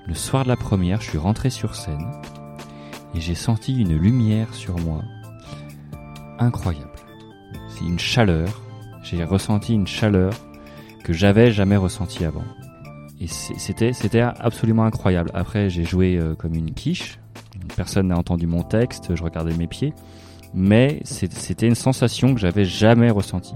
Le soir de la première, je suis rentré sur scène et j'ai senti une lumière sur moi incroyable. C'est une chaleur. J'ai ressenti une chaleur que j'avais jamais ressentie avant. Et c'était absolument incroyable. Après, j'ai joué comme une quiche. Personne n'a entendu mon texte, je regardais mes pieds. Mais c'était une sensation que j'avais jamais ressentie.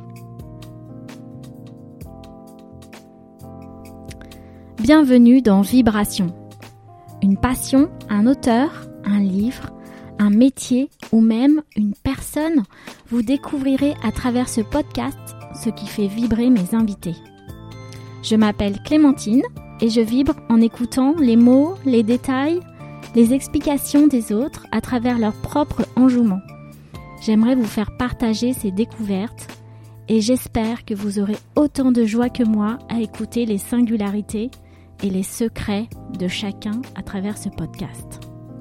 Bienvenue dans Vibration. Une passion, un auteur, un livre, un métier ou même une personne, vous découvrirez à travers ce podcast ce qui fait vibrer mes invités. Je m'appelle Clémentine et je vibre en écoutant les mots, les détails, les explications des autres à travers leur propre enjouement. J'aimerais vous faire partager ces découvertes et j'espère que vous aurez autant de joie que moi à écouter les singularités et les secrets de chacun à travers ce podcast.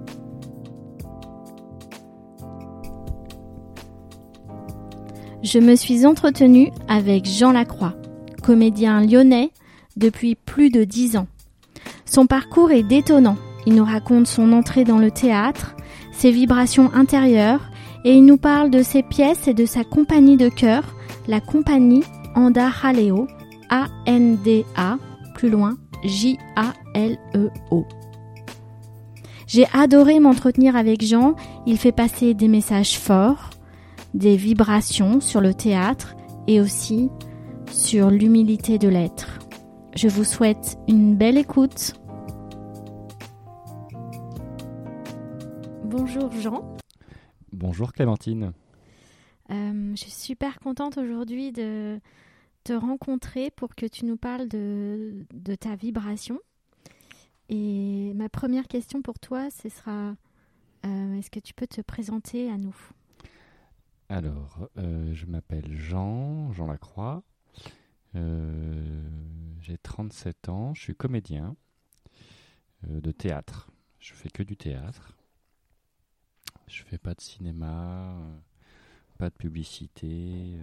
Je me suis entretenue avec Jean Lacroix, comédien lyonnais depuis plus de 10 ans. Son parcours est détonnant. Il nous raconte son entrée dans le théâtre, ses vibrations intérieures et il nous parle de ses pièces et de sa compagnie de chœur, la compagnie Anda Jaleo, A-N-D-A, plus loin, J-A-L-E-O. J'ai adoré m'entretenir avec Jean. Il fait passer des messages forts, des vibrations sur le théâtre et aussi sur l'humilité de l'être. Je vous souhaite une belle écoute. Bonjour Jean. Bonjour Clémentine. Je suis super contente aujourd'hui de te rencontrer pour que tu nous parles de ta vibration. Et ma première question pour toi, ce sera est-ce que tu peux te présenter à nous ? Alors, je m'appelle Jean Lacroix, j'ai 37 ans, je suis comédien de théâtre. Je fais que du théâtre. Je fais pas de cinéma, pas de publicité,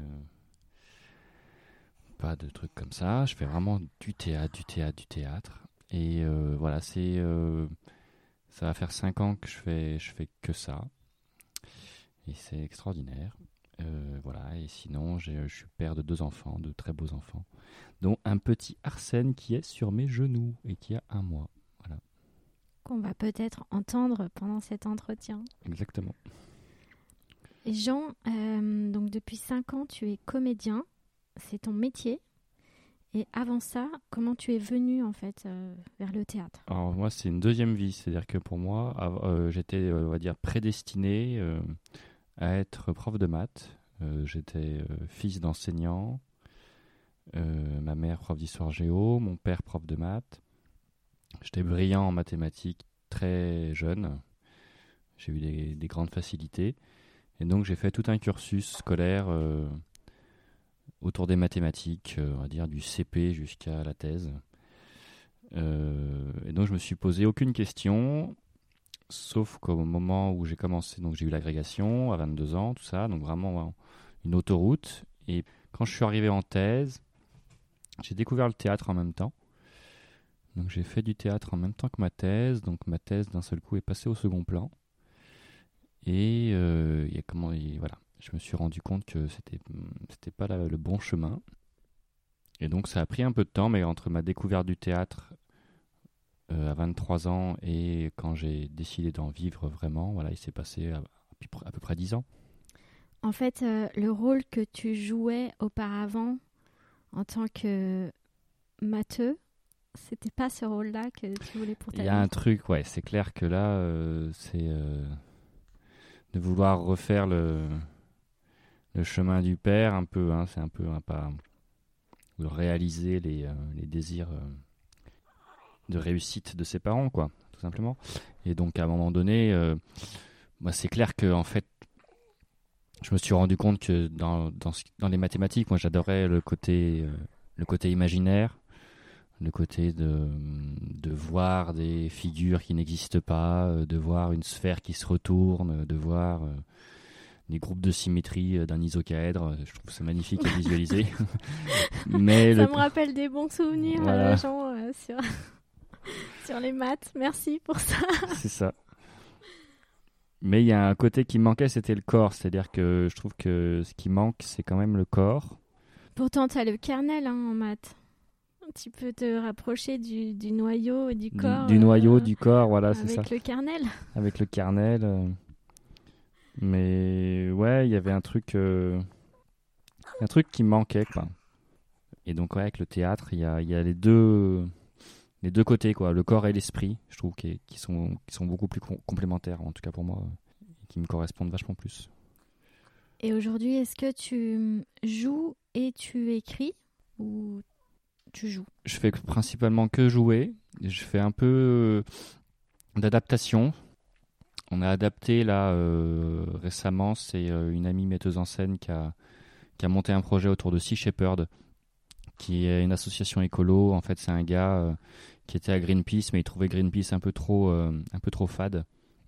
pas de trucs comme ça. Je fais vraiment du théâtre. Et voilà, ça va faire 5 ans que je fais que ça. Et c'est extraordinaire. Voilà. Et sinon, je suis père de 2 enfants, de très beaux enfants, dont un petit Arsène qui est sur mes genoux et qui a 1 mois. Voilà. Qu'on va peut-être entendre pendant cet entretien. Exactement. Et Jean, donc depuis 5 ans, tu es comédien. C'est ton métier. Et avant ça, comment tu es venu en fait vers le théâtre ? Alors moi, c'est une deuxième vie. C'est-à-dire que pour moi, j'étais, on va dire, prédestiné à être prof de maths. J'étais fils d'enseignant, ma mère prof d'histoire géo, mon père prof de maths. J'étais brillant en mathématiques très jeune. J'ai eu des grandes facilités. Et donc j'ai fait tout un cursus scolaire autour des mathématiques, on va dire du CP jusqu'à la thèse. Et donc je me suis posé aucune question. Sauf qu'au moment où j'ai commencé, donc j'ai eu l'agrégation à 22 ans, tout ça, donc vraiment une autoroute. Et quand je suis arrivé en thèse, j'ai découvert le théâtre en même temps. Donc j'ai fait du théâtre en même temps que ma thèse. Donc ma thèse d'un seul coup est passée au second plan. Et voilà, je me suis rendu compte que c'était pas le bon chemin. Et donc ça a pris un peu de temps, mais entre ma découverte du théâtre à 23 ans et quand j'ai décidé d'en vivre vraiment, voilà, il s'est passé à peu près 10 ans. En fait, le rôle que tu jouais auparavant en tant que matheux, c'était pas ce rôle-là que tu voulais pour ta vie. Il y a un truc, ouais, c'est clair que là, c'est de vouloir refaire le chemin du père, un peu, hein, c'est un peu pas de réaliser les désirs de réussite de ses parents, quoi, tout simplement. Et donc à un moment donné, moi c'est clair que en fait, je me suis rendu compte que dans les mathématiques, moi j'adorais le côté imaginaire, le côté de voir des figures qui n'existent pas, de voir une sphère qui se retourne, de voir des groupes de symétrie d'un isocaèdre. Je trouve ça magnifique à visualiser. Mais ça me rappelle des bons souvenirs, voilà. Jean, sur les maths. Merci pour ça. C'est ça. Mais il y a un côté qui me manquait, c'était le corps. C'est-à-dire que je trouve que ce qui manque, c'est quand même le corps. Pourtant, tu as le kernel en maths. Tu peux te rapprocher du noyau et du corps. Du noyau, du corps, voilà, c'est ça. Avec le kernel. Avec le kernel. Mais ouais, il y avait un truc qui me manquait, quoi. Et donc, ouais, avec le théâtre, il y a les deux côtés, quoi, le corps et l'esprit, je trouve, qui sont beaucoup plus complémentaires, en tout cas pour moi, qui me correspondent vachement plus. Et aujourd'hui, est-ce que tu joues et tu écris ou tu joues? Je fais principalement que jouer. Je fais un peu d'adaptation. On a adapté là récemment, c'est une amie metteuse en scène qui a monté un projet autour de Sea Shepherd, qui est une association écolo. En fait, c'est un gars qui était à Greenpeace, mais il trouvait Greenpeace un peu trop fade,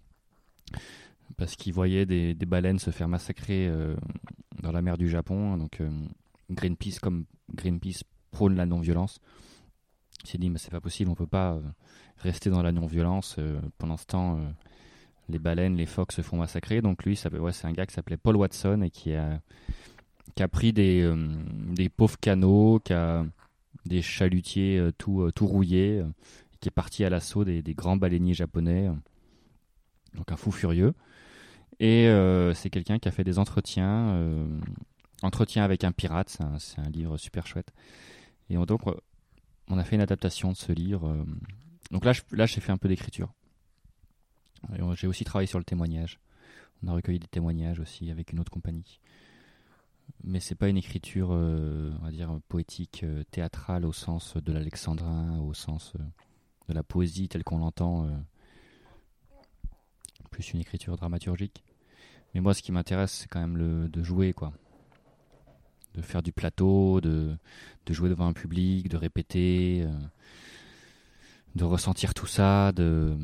parce qu'il voyait des baleines se faire massacrer dans la mer du Japon. Donc Greenpeace, comme Greenpeace prône la non-violence, il s'est dit mais c'est pas possible, on peut pas rester dans la non-violence. Pendant ce temps, les baleines, les phoques se font massacrer. Donc lui, c'est un gars qui s'appelait Paul Watson et qui a pris des pauvres canots, qui a des chalutiers tout rouillés, qui est parti à l'assaut des grands baleiniers japonais. Donc un fou furieux. Et c'est quelqu'un qui a fait des entretiens avec un pirate. C'est un livre super chouette. Et donc on a fait une adaptation de ce livre. Donc là j'ai fait un peu d'écriture. Et j'ai aussi travaillé sur le témoignage. On a recueilli des témoignages aussi avec une autre compagnie. Mais c'est pas une écriture, on va dire, poétique, théâtrale au sens de l'alexandrin, au sens de la poésie telle qu'on l'entend, plus une écriture dramaturgique. Mais moi, ce qui m'intéresse, c'est quand même de jouer, quoi. De faire du plateau, de jouer devant un public, de répéter, de ressentir tout ça,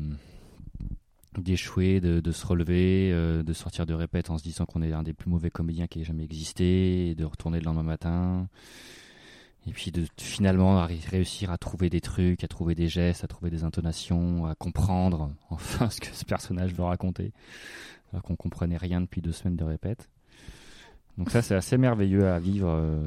d'échouer, de se relever, de sortir de répète en se disant qu'on est un des plus mauvais comédiens qui ait jamais existé, et de retourner le lendemain matin, et puis de finalement réussir à trouver des trucs, à trouver des gestes, à trouver des intonations, à comprendre enfin ce que ce personnage veut raconter, alors qu'on comprenait rien depuis 2 semaines de répète. Donc ça, c'est assez merveilleux à vivre.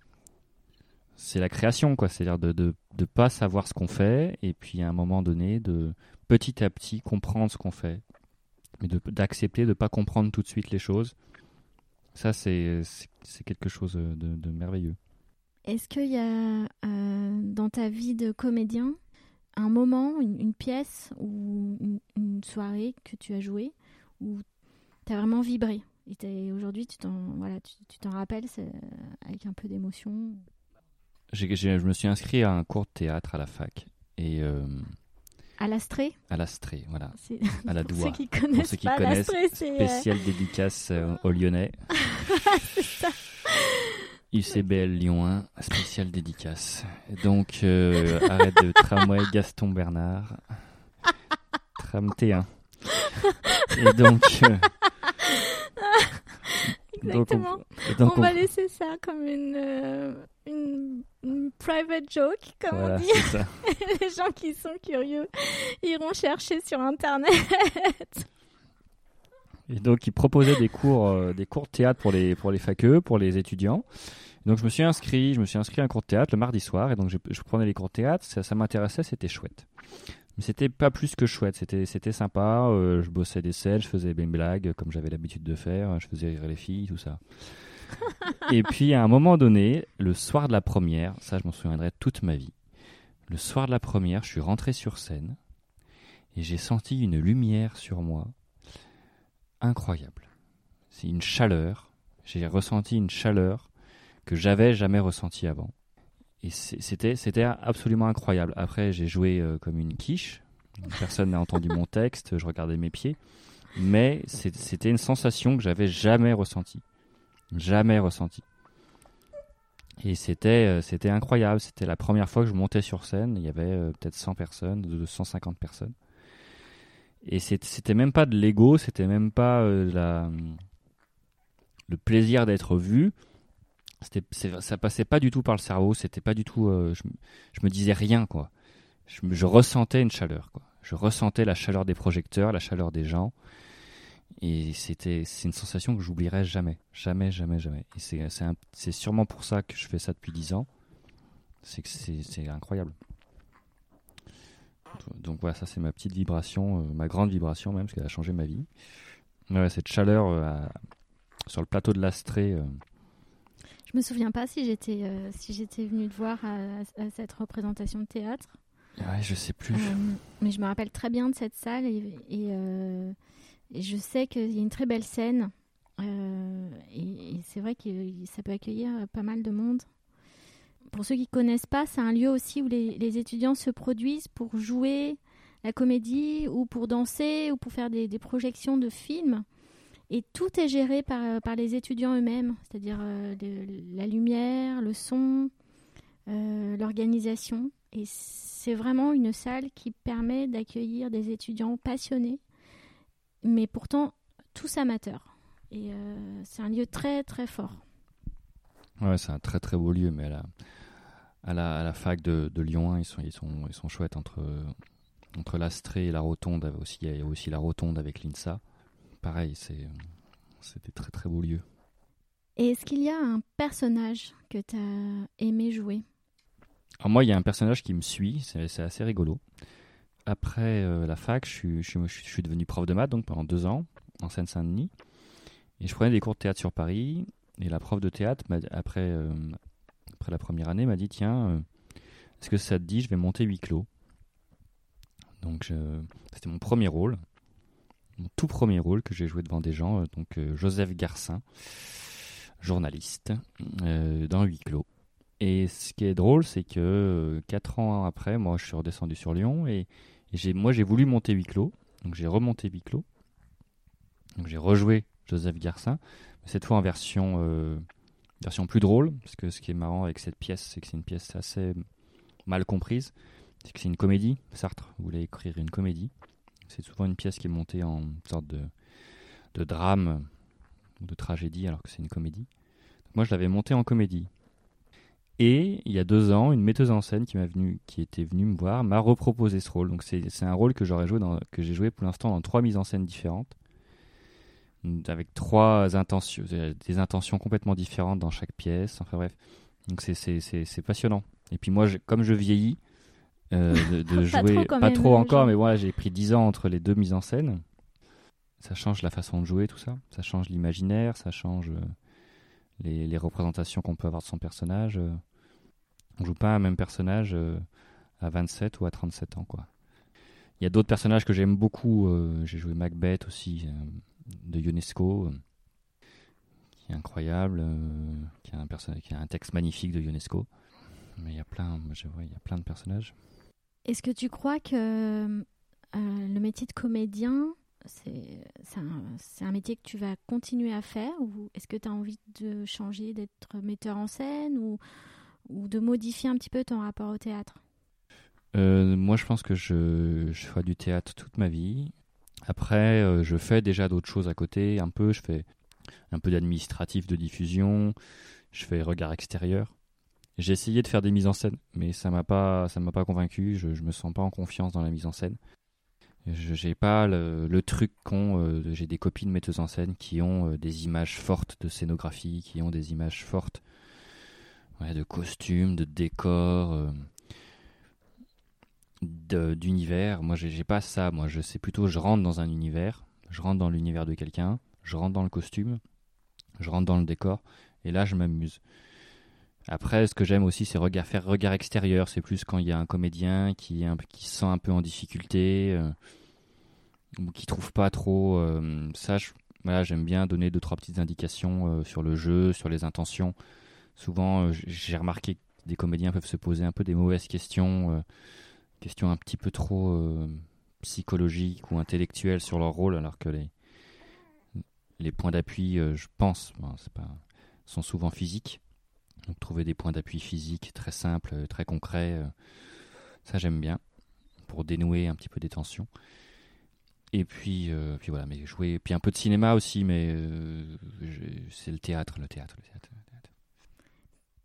C'est la création, quoi. C'est-à-dire de pas savoir ce qu'on fait, et puis à un moment donné, de petit à petit comprendre ce qu'on fait, mais d'accepter de pas comprendre tout de suite les choses. Ça, c'est quelque chose de merveilleux. Est-ce qu'il y a dans ta vie de comédien un moment, une pièce ou une soirée que tu as jouée où tu as vraiment vibré et aujourd'hui tu t'en rappelles avec un peu d'émotion? Je me suis inscrit à un cours de théâtre à la fac. Et à l'Astrée. À l'Astrée, voilà. À la pour Doua. Pour ceux qui connaissent, spéciale dédicace aux Lyonnais. C'est ça. UCBL Lyon 1, spéciale dédicace. Donc, arrête de tramway Gaston Bernard. Tram T1. Et donc... Exactement. Donc on va laisser ça comme une private joke, comme on dit. Ça. Les gens qui sont curieux iront chercher sur Internet. Et donc, ils proposaient des cours de théâtre pour les faqueux, pour les étudiants. Donc, je me suis inscrit à un cours de théâtre le mardi soir. Et donc, je prenais les cours de théâtre. Ça m'intéressait, c'était chouette. Mais c'était pas plus que chouette, c'était sympa, je bossais des scènes, je faisais des blagues comme j'avais l'habitude de faire, je faisais rire les filles, tout ça. Et puis à un moment donné, le soir de la première, ça je m'en souviendrai toute ma vie, le soir de la première, je suis rentré sur scène et j'ai senti une lumière sur moi incroyable. C'est une chaleur, j'ai ressenti une chaleur que j'avais jamais ressentie avant. Et c'était absolument incroyable. Après, j'ai joué comme une quiche. Personne n'a entendu mon texte. Je regardais mes pieds. Mais c'était une sensation que j'avais jamais ressentie. Jamais ressentie. Et c'était incroyable. C'était la première fois que je montais sur scène. Il y avait peut-être 100 personnes, 150 personnes. Et c'était même pas de l'ego. C'était même pas le plaisir d'être vu. Ça passait pas du tout par le cerveau, c'était pas du tout je me disais rien, quoi. je ressentais une chaleur, quoi. Je ressentais la chaleur des projecteurs, la chaleur des gens. Et c'est une sensation que j'oublierai jamais. Jamais, jamais, jamais. Et c'est sûrement pour ça que je fais ça depuis 10 ans. C'est que c'est incroyable. Donc voilà, ça c'est ma petite vibration, ma grande vibration même, parce qu'elle a changé ma vie. Ouais, cette chaleur sur le plateau de l'Astrée. Je me souviens pas si j'étais venue te voir à cette représentation de théâtre. Ouais, je sais plus. Mais je me rappelle très bien de cette salle et je sais qu'il y a une très belle scène. Et c'est vrai que ça peut accueillir pas mal de monde. Pour ceux qui ne connaissent pas, c'est un lieu aussi où les étudiants se produisent pour jouer la comédie ou pour danser ou pour faire des projections de films. Et tout est géré par les étudiants eux-mêmes, c'est-à-dire la lumière, le son, l'organisation. Et c'est vraiment une salle qui permet d'accueillir des étudiants passionnés, mais pourtant tous amateurs. Et c'est un lieu très très fort. Ouais, c'est un très très beau lieu, mais à la fac de Lyon 1, ils sont chouettes entre l'Astrée et la Rotonde. Il y a aussi la Rotonde avec l'INSA. Pareil, c'était très très beau lieu. Et est-ce qu'il y a un personnage que tu as aimé jouer ? Alors moi, il y a un personnage qui me suit, c'est assez rigolo. Après la fac, je suis devenu prof de maths donc pendant 2 ans en Seine-Saint-Denis. Et je prenais des cours de théâtre sur Paris. Et la prof de théâtre, après la première année, m'a dit « Tiens, est-ce que ça te dit, je vais monter huis clos ?» Donc c'était mon premier rôle. Mon tout premier rôle que j'ai joué devant des gens. Donc Joseph Garcin, journaliste, dans huis clos. Et ce qui est drôle, c'est que 4 ans après, moi je suis redescendu sur Lyon et j'ai voulu monter huis clos. Donc j'ai remonté huis clos. Donc j'ai rejoué Joseph Garcin, cette fois en version plus drôle, parce que ce qui est marrant avec cette pièce, c'est que c'est une pièce assez mal comprise. C'est que c'est une comédie. Sartre voulait écrire une comédie. C'est souvent une pièce qui est montée en sorte de drame ou de tragédie, alors que c'est une comédie. Donc moi je l'avais montée en comédie. Et il y a 2 ans, une metteuse en scène qui était venue me voir m'a reproposé ce rôle. Donc c'est un rôle que j'ai joué pour l'instant dans 3 mises en scène différentes, avec 3 intentions, des intentions complètement différentes dans chaque pièce. Enfin bref, donc c'est passionnant. Et puis moi, comme je vieillis, de jouer, pas trop encore, mais voilà, j'ai pris 10 ans entre les 2 mises en scène. Ça change la façon de jouer, tout ça. Ça change l'imaginaire, ça change les représentations qu'on peut avoir de son personnage. On joue pas un même personnage à 27 ou à 37 ans, quoi. Il y a d'autres personnages que j'aime beaucoup. J'ai joué Macbeth aussi, de Ionesco, qui est incroyable, qui a un texte magnifique de Ionesco. Mais il y a plein de personnages. Est-ce que tu crois que le métier de comédien, c'est un métier que tu vas continuer à faire, ou est-ce que tu as envie de changer, d'être metteur en scène, ou de modifier un petit peu ton rapport au théâtre ? Moi, je pense que je ferai du théâtre toute ma vie. Après, je fais déjà d'autres choses à côté. Je fais un peu d'administratif de diffusion. Je fais regard extérieur. J'ai essayé de faire des mises en scène, mais ça m'a pas convaincu. Je me sens pas en confiance dans la mise en scène. J'ai pas le truc qu'ont. J'ai des copines metteuses en scène qui ont des images fortes de scénographie, qui ont des images fortes de costumes, de décors, d'univers. Moi, j'ai pas ça. Moi, c'est plutôt je rentre dans un univers, je rentre dans l'univers de quelqu'un, je rentre dans le costume, je rentre dans le décor, et là, je m'amuse. Après, ce que j'aime aussi, c'est faire regard extérieur. C'est plus quand il y a un comédien qui se sent un peu en difficulté ou qui trouve pas trop. Voilà, j'aime bien donner 2-3 petites indications sur le jeu, sur les intentions. Souvent, j'ai remarqué que des comédiens peuvent se poser un peu des mauvaises questions, questions un petit peu trop psychologiques ou intellectuelles sur leur rôle, alors que les points d'appui, je pense, sont souvent physiques. Donc trouver des points d'appui physiques très simples, très concrets, ça j'aime bien, pour dénouer un petit peu des tensions. Et puis voilà, mais jouer, puis un peu de cinéma aussi, mais c'est le théâtre.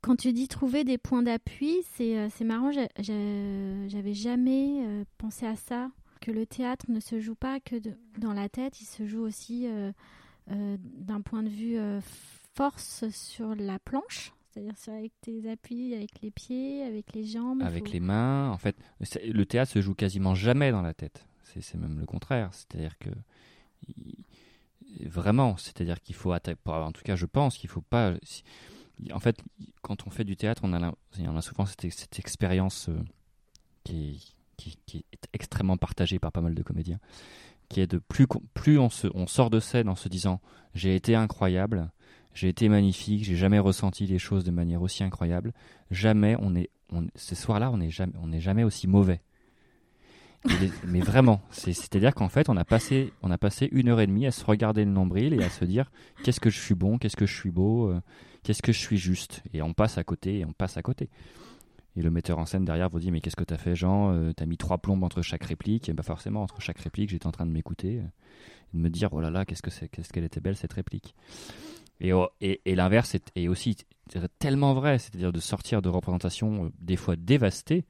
Quand tu dis trouver des points d'appui, c'est marrant, j'avais jamais pensé à ça, que le théâtre ne se joue pas que dans la tête, il se joue aussi d'un point de vue force sur la planche, c'est-à-dire avec tes appuis, avec les pieds, avec les jambes. Avec les mains, en fait, le théâtre se joue quasiment jamais dans la tête. C'est même le contraire, c'est-à-dire que vraiment, c'est-à-dire qu'il faut en tout cas, je pense qu'il faut pas. En fait, quand on fait du théâtre, on a souvent cette expérience qui est extrêmement partagée par pas mal de comédiens, qui est de plus on sort de scène en se disant j'ai été incroyable, j'ai été magnifique, j'ai jamais ressenti les choses de manière aussi incroyable. Jamais ces soirs-là, on n'est jamais aussi mauvais. Mais vraiment, c'est-à-dire qu'en fait, on a passé 1h30 à se regarder le nombril et à se dire qu'est-ce que je suis bon, qu'est-ce que je suis beau, qu'est-ce que je suis juste. Et on passe à côté, et on passe à côté. Et le metteur en scène derrière vous dit mais qu'est-ce que t'as fait, Jean, t'as mis 3 plombes entre chaque réplique. Et bah forcément, entre chaque réplique, j'étais en train de m'écouter, de me dire oh là là, qu'est-ce qu'elle était belle cette réplique. Et l'inverse est aussi tellement vrai, c'est-à-dire de sortir de représentations des fois dévastées,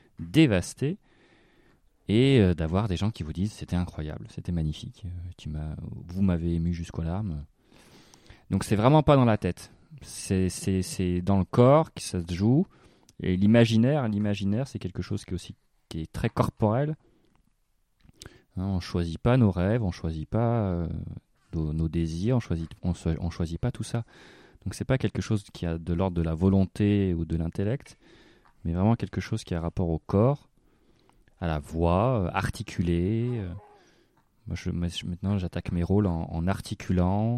et d'avoir des gens qui vous disent c'était incroyable, c'était magnifique, vous m'avez ému jusqu'aux larmes. Donc c'est vraiment pas dans la tête, c'est dans le corps que ça se joue. Et l'imaginaire c'est quelque chose qui est très corporel. On choisit pas nos rêves, on choisit pas nos désirs, on choisit pas tout ça. Donc c'est pas quelque chose qui a de l'ordre de la volonté ou de l'intellect, mais vraiment quelque chose qui a rapport au corps, à la voix, articulée. Moi, maintenant, j'attaque mes rôles en articulant,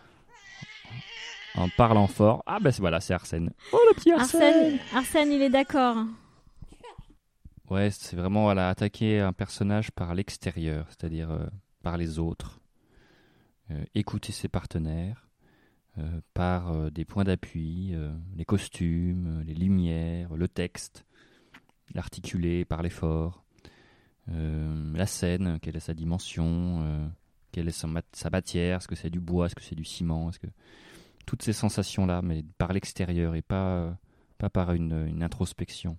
en parlant fort. Ah ben voilà, c'est Arsène. Oh le petit Arsène. Arsène, il est d'accord. Ouais, c'est vraiment attaquer un personnage par l'extérieur, c'est-à-dire par les autres. Écouter ses partenaires par des points d'appui, les costumes, les lumières, le texte, l'articuler, parler fort. La scène, quelle est sa dimension, quelle est sa matière, est-ce que c'est du bois, est-ce que c'est du ciment, toutes ces sensations-là, mais par l'extérieur et pas par une introspection.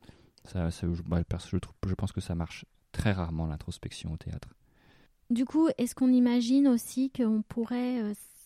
Je pense que ça marche très rarement, l'introspection au théâtre. Du coup, est-ce qu'on imagine aussi qu'on pourrait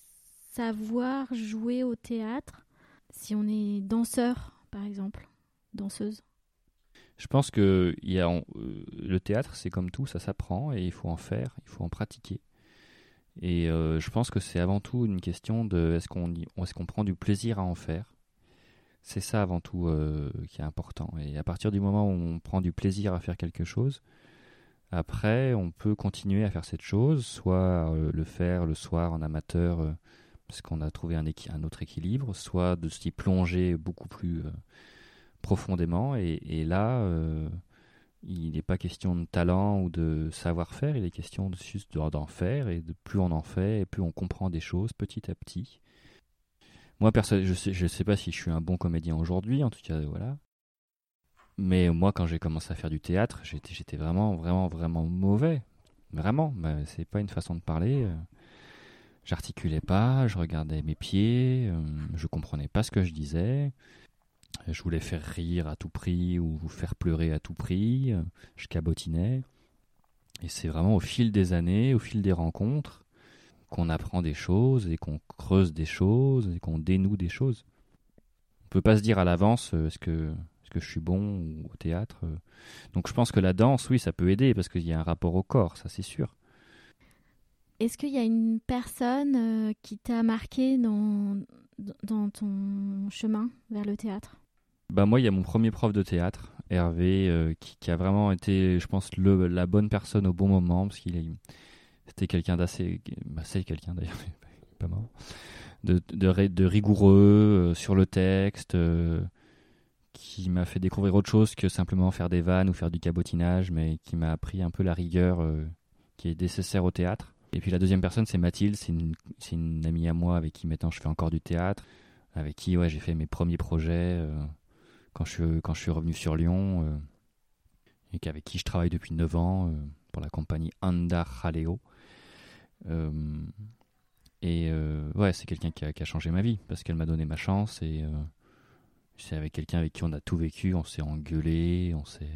savoir jouer au théâtre si on est danseur, par exemple, danseuse? Je pense que le théâtre, c'est comme tout, ça s'apprend et il faut en faire, il faut en pratiquer. Et je pense que c'est avant tout une question de est-ce qu'on prend du plaisir à en faire. C'est ça avant tout qui est important. Et à partir du moment où on prend du plaisir à faire quelque chose, après on peut continuer à faire cette chose, soit le faire le soir en amateur parce qu'on a trouvé un autre équilibre, soit de s'y plonger beaucoup plus profondément. Et là, il n'est pas question de talent ou de savoir-faire, il est question juste d'en faire. Et plus on en fait, et plus on comprend des choses petit à petit. Moi, je sais pas si je suis un bon comédien aujourd'hui, en tout cas, voilà. Mais moi, quand j'ai commencé à faire du théâtre, j'étais vraiment, vraiment, vraiment mauvais. Vraiment, c'est pas une façon de parler. J'articulais pas, je regardais mes pieds, je comprenais pas ce que je disais. Je voulais faire rire à tout prix ou faire pleurer à tout prix. Je cabotinais. Et c'est vraiment au fil des années, au fil des rencontres, qu'on apprend des choses et qu'on creuse des choses et qu'on dénoue des choses. On peut pas se dire à l'avance est-ce que je suis bon au théâtre. Donc je pense que la danse, oui, ça peut aider parce qu'il y a un rapport au corps, ça c'est sûr. Est-ce qu'il y a une personne qui t'a marqué dans ton chemin vers le théâtre? Moi, il y a mon premier prof de théâtre, Hervé, qui a vraiment été, je pense, la bonne personne au bon moment, parce c'était quelqu'un d'assez... c'est quelqu'un d'ailleurs, pas marrant. De rigoureux sur le texte, qui m'a fait découvrir autre chose que simplement faire des vannes ou faire du cabotinage, mais qui m'a appris un peu la rigueur qui est nécessaire au théâtre. Et puis la deuxième personne, c'est Mathilde, c'est une amie à moi avec qui maintenant je fais encore du théâtre, avec qui j'ai fait mes premiers projets quand je suis revenu sur Lyon, et avec qui je travaille depuis 9 ans pour la compagnie Andar Jaleo. C'est quelqu'un qui a changé ma vie parce qu'elle m'a donné ma chance et C'est avec quelqu'un avec qui on a tout vécu, on s'est engueulé,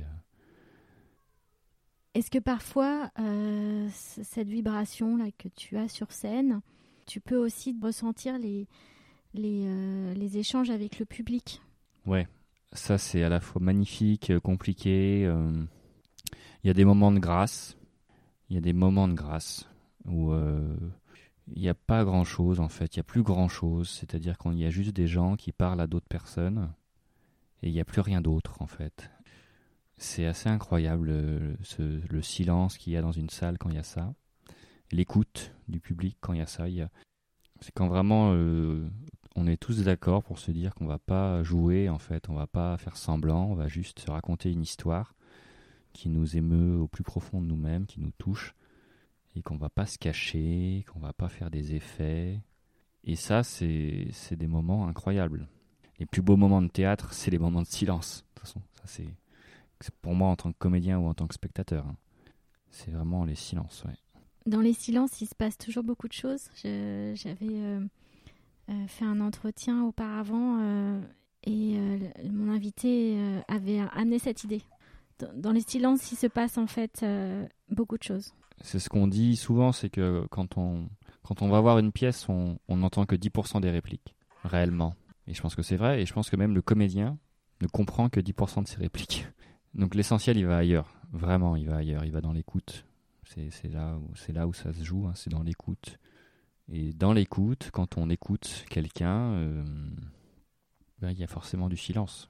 Est-ce que parfois, cette vibration-là que tu as sur scène, tu peux aussi ressentir les échanges avec le public? Ouais, ça c'est à la fois magnifique, compliqué. Il y a des moments de grâce. Il y a des moments de grâce où il n'y a pas grand-chose en fait. Il n'y a plus grand-chose. C'est-à-dire qu'il y a juste des gens qui parlent à d'autres personnes et il n'y a plus rien d'autre en fait. C'est assez incroyable le silence qu'il y a dans une salle quand il y a ça. L'écoute du public quand il y a ça. C'est quand vraiment on est tous d'accord pour se dire qu'on va pas jouer en fait. On va pas faire semblant. On va juste se raconter une histoire qui nous émeut au plus profond de nous-mêmes, qui nous touche, et qu'on va pas se cacher, qu'on va pas faire des effets. Et ça, c'est des moments incroyables. Les plus beaux moments de théâtre, c'est les moments de silence. De toute façon, ça c'est pour moi en tant que comédien ou en tant que spectateur. Hein. C'est vraiment les silences, ouais. Dans les silences, il se passe toujours beaucoup de choses. J'avais fait un entretien auparavant et mon invité avait amené cette idée. Dans les silences, il se passe en fait beaucoup de choses. C'est ce qu'on dit souvent, c'est que quand on va voir une pièce, on n'entend que 10% des répliques, réellement. Et je pense que c'est vrai, et je pense que même le comédien ne comprend que 10% de ses répliques. Donc l'essentiel, il va ailleurs. Vraiment, il va ailleurs. Il va dans l'écoute. C'est là où ça se joue, hein, c'est dans l'écoute. Et dans l'écoute, quand on écoute quelqu'un, il y a forcément du silence.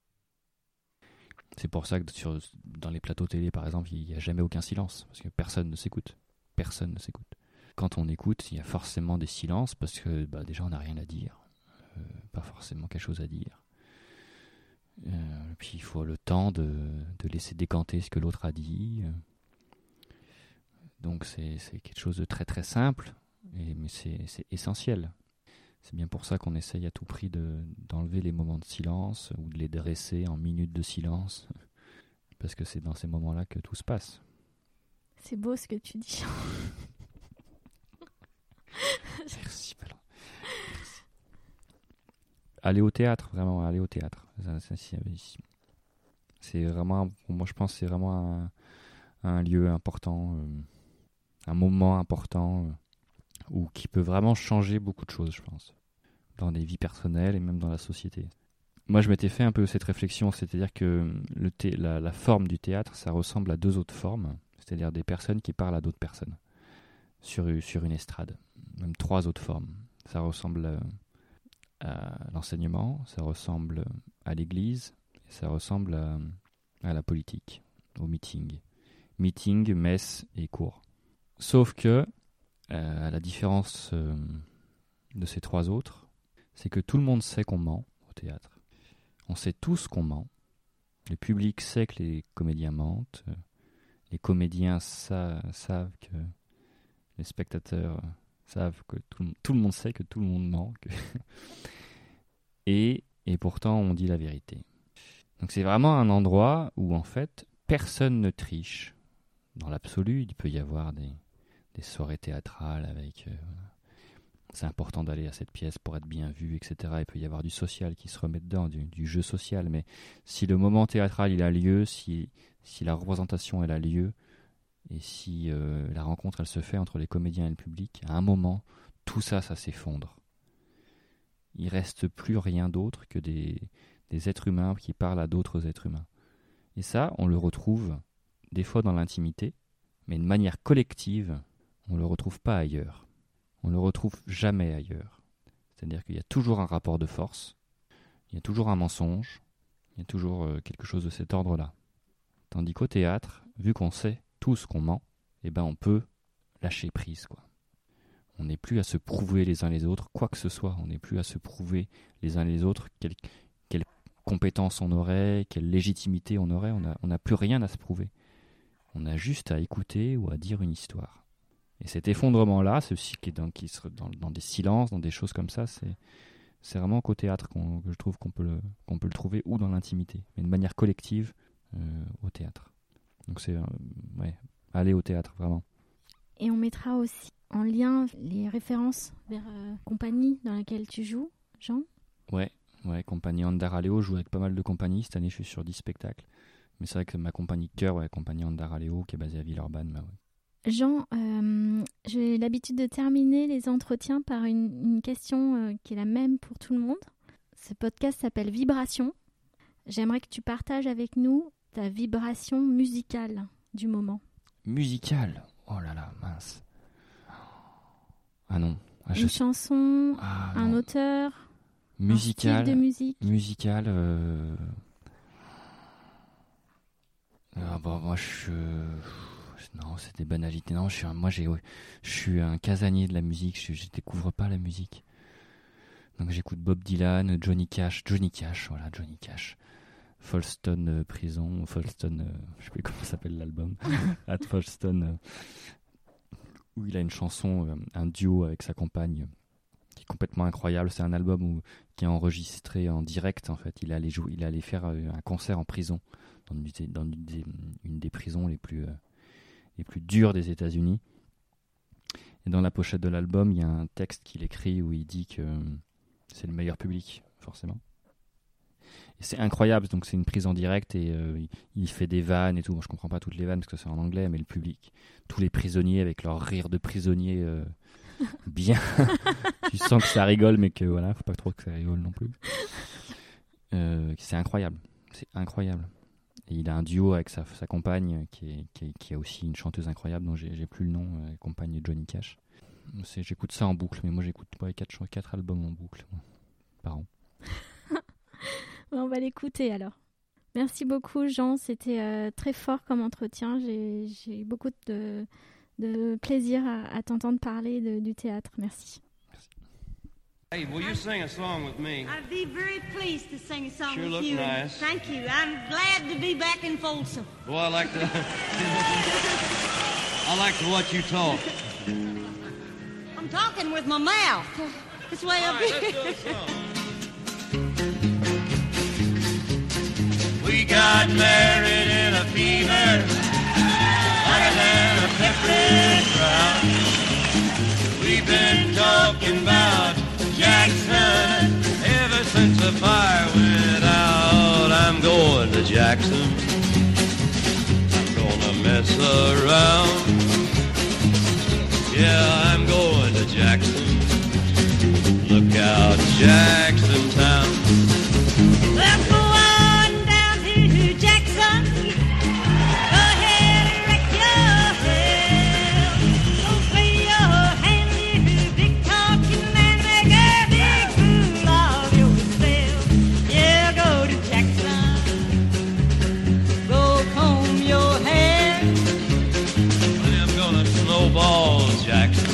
C'est pour ça que dans les plateaux télé, par exemple, il n'y a jamais aucun silence, parce que personne ne s'écoute. Personne ne s'écoute. Quand on écoute, il y a forcément des silences, parce que déjà, on n'a rien à dire. Pas forcément quelque chose à dire. Puis il faut le temps de laisser décanter ce que l'autre a dit. Donc c'est quelque chose de très très simple, mais c'est essentiel. C'est bien pour ça qu'on essaye à tout prix d'enlever les moments de silence ou de les dresser en minutes de silence, parce que c'est dans ces moments-là que tout se passe. C'est beau ce que tu dis. Merci, Ballon. Merci. Aller au théâtre, vraiment, aller au théâtre. C'est vraiment, moi je pense que c'est vraiment un lieu important, un moment important, ou qui peut vraiment changer beaucoup de choses, je pense, dans des vies personnelles et même dans la société. Moi, je m'étais fait un peu cette réflexion, c'est-à-dire que la forme du théâtre, ça ressemble à deux autres formes, c'est-à-dire des personnes qui parlent à d'autres personnes sur une estrade. Même trois autres formes. Ça ressemble à l'enseignement, ça ressemble à l'église, et ça ressemble à la politique, au meeting. Meeting, messe et cours. Sauf que, à la différence de ces trois autres, c'est que tout le monde sait qu'on ment au théâtre. On sait tous qu'on ment. Le public sait que les comédiens mentent. Les comédiens savent que les spectateurs savent que tout le monde sait que tout le monde ment. Et pourtant, on dit la vérité. Donc c'est vraiment un endroit où, en fait, personne ne triche. Dans l'absolu, il peut y avoir des soirées théâtrales avec... c'est important d'aller à cette pièce pour être bien vu, etc. Il peut y avoir du social qui se remet dedans, du jeu social. Mais si le moment théâtral il a lieu, si la représentation elle a lieu, et si la rencontre elle se fait entre les comédiens et le public, à un moment, tout ça s'effondre. Il reste plus rien d'autre que des êtres humains qui parlent à d'autres êtres humains. Et ça, on le retrouve des fois dans l'intimité, mais de manière collective, on ne le retrouve pas ailleurs. On ne le retrouve jamais ailleurs. C'est-à-dire qu'il y a toujours un rapport de force, il y a toujours un mensonge, il y a toujours quelque chose de cet ordre-là. Tandis qu'au théâtre, vu qu'on sait tous qu'on ment, on peut lâcher prise, quoi. On n'est plus à se prouver les uns les autres, quoi que ce soit. On n'est plus à se prouver les uns les autres quelle compétence on aurait, quelle légitimité on aurait. On n'a plus rien à se prouver. On a juste à écouter ou à dire une histoire. Et cet effondrement-là, ceci qui est dans des silences, dans des choses comme ça, c'est vraiment qu'au théâtre que je trouve qu'on peut le trouver, ou dans l'intimité, mais de manière collective au théâtre. Donc c'est aller au théâtre, vraiment. Et on mettra aussi en lien les références vers compagnie dans laquelle tu joues, Jean. Ouais, Ouais, compagnie Andaraleo, je joue avec pas mal de compagnies. Cette année, je suis sur 10 spectacles. Mais c'est vrai que ma compagnie de cœur, compagnie Andaraleo, qui est basée à Villeurbanne. Bah ouais. Jean, j'ai l'habitude de terminer les entretiens par une question qui est la même pour tout le monde. Ce podcast s'appelle Vibration. J'aimerais que tu partages avec nous ta vibration musicale du moment. Musicale ? Oh là là, mince. Ah non. Une chanson, un auteur, musical, un style de musique. Musical. Moi, non, c'est des banalités. Non, je suis un casanier de la musique. Je découvre pas la musique. Donc j'écoute Bob Dylan, Johnny Cash. Folston Prison, Folston, je sais plus comment s'appelle l'album, At Folston, où il a une chanson, un duo avec sa compagne, qui est complètement incroyable. C'est un album qui est enregistré en direct, en fait. Il allait faire un concert en prison, dans une des prisons les plus dures des États-Unis. Et dans la pochette de l'album, il y a un texte qu'il écrit où il dit que c'est le meilleur public, forcément. Et c'est incroyable, donc c'est une prise en direct et il fait des vannes et tout. Moi, je comprends pas toutes les vannes parce que c'est en anglais, mais le public, tous les prisonniers avec leur rire de prisonnier, bien. Tu sens que ça rigole, mais que voilà, faut pas trop que ça rigole non plus. C'est incroyable, Et il a un duo avec sa compagne qui a aussi une chanteuse incroyable dont j'ai plus le nom, compagne de Johnny Cash. J'écoute ça en boucle, mais moi j'écoute 4 albums en boucle par an. On va l'écouter alors. Merci beaucoup Jean, c'était très fort comme entretien. J'ai eu beaucoup de plaisir à t'entendre parler du théâtre. Merci. Hey, will you sing a song with me? I'd be very pleased to sing a song Sure with look you. nice. Thank you. I'm glad to be back in Folsom. Boy, I like to watch you talk. I'm talking with my mouth. It's way up here. Let's do a song. We got married in a fever, hotter than a peppered drought. We've been talking about Jackson ever since the fire went out. I'm going to Jackson. I'm gonna mess around. Yeah, I'm going to Jackson. Look out, Jackson Town. Let's go on down to Jackson. Go ahead and wreck your head. Go free your hand, you big talking man. Make a big fool of yourself. Yeah, go to Jackson. Go comb your hair. I'm gonna snowball Jackson.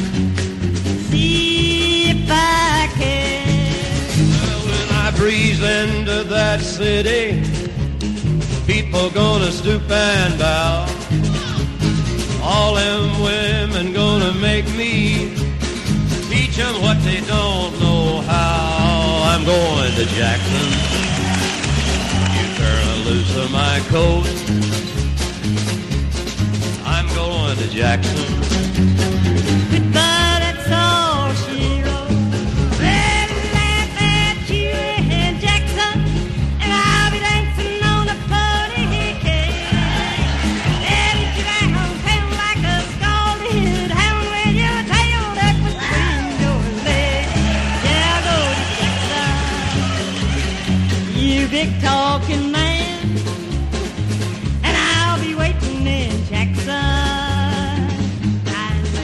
See if I can. Well, when I breeze into that city, people gonna stoop and bow. All them women gonna make me teach them what they don't know how. I'm going to Jackson. You turn loose of my coat. I'm going to Jackson. Goodbye, that's all she wrote. Let me laugh at you in Jackson, and I'll be dancing on the party cake. Let it get downtown like a scalded hound with your tail tucked between your legs. Yeah, go to Jackson, you big talking man, and I'll be waiting in Jackson. I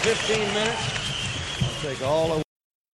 15 minutes. I'll take all the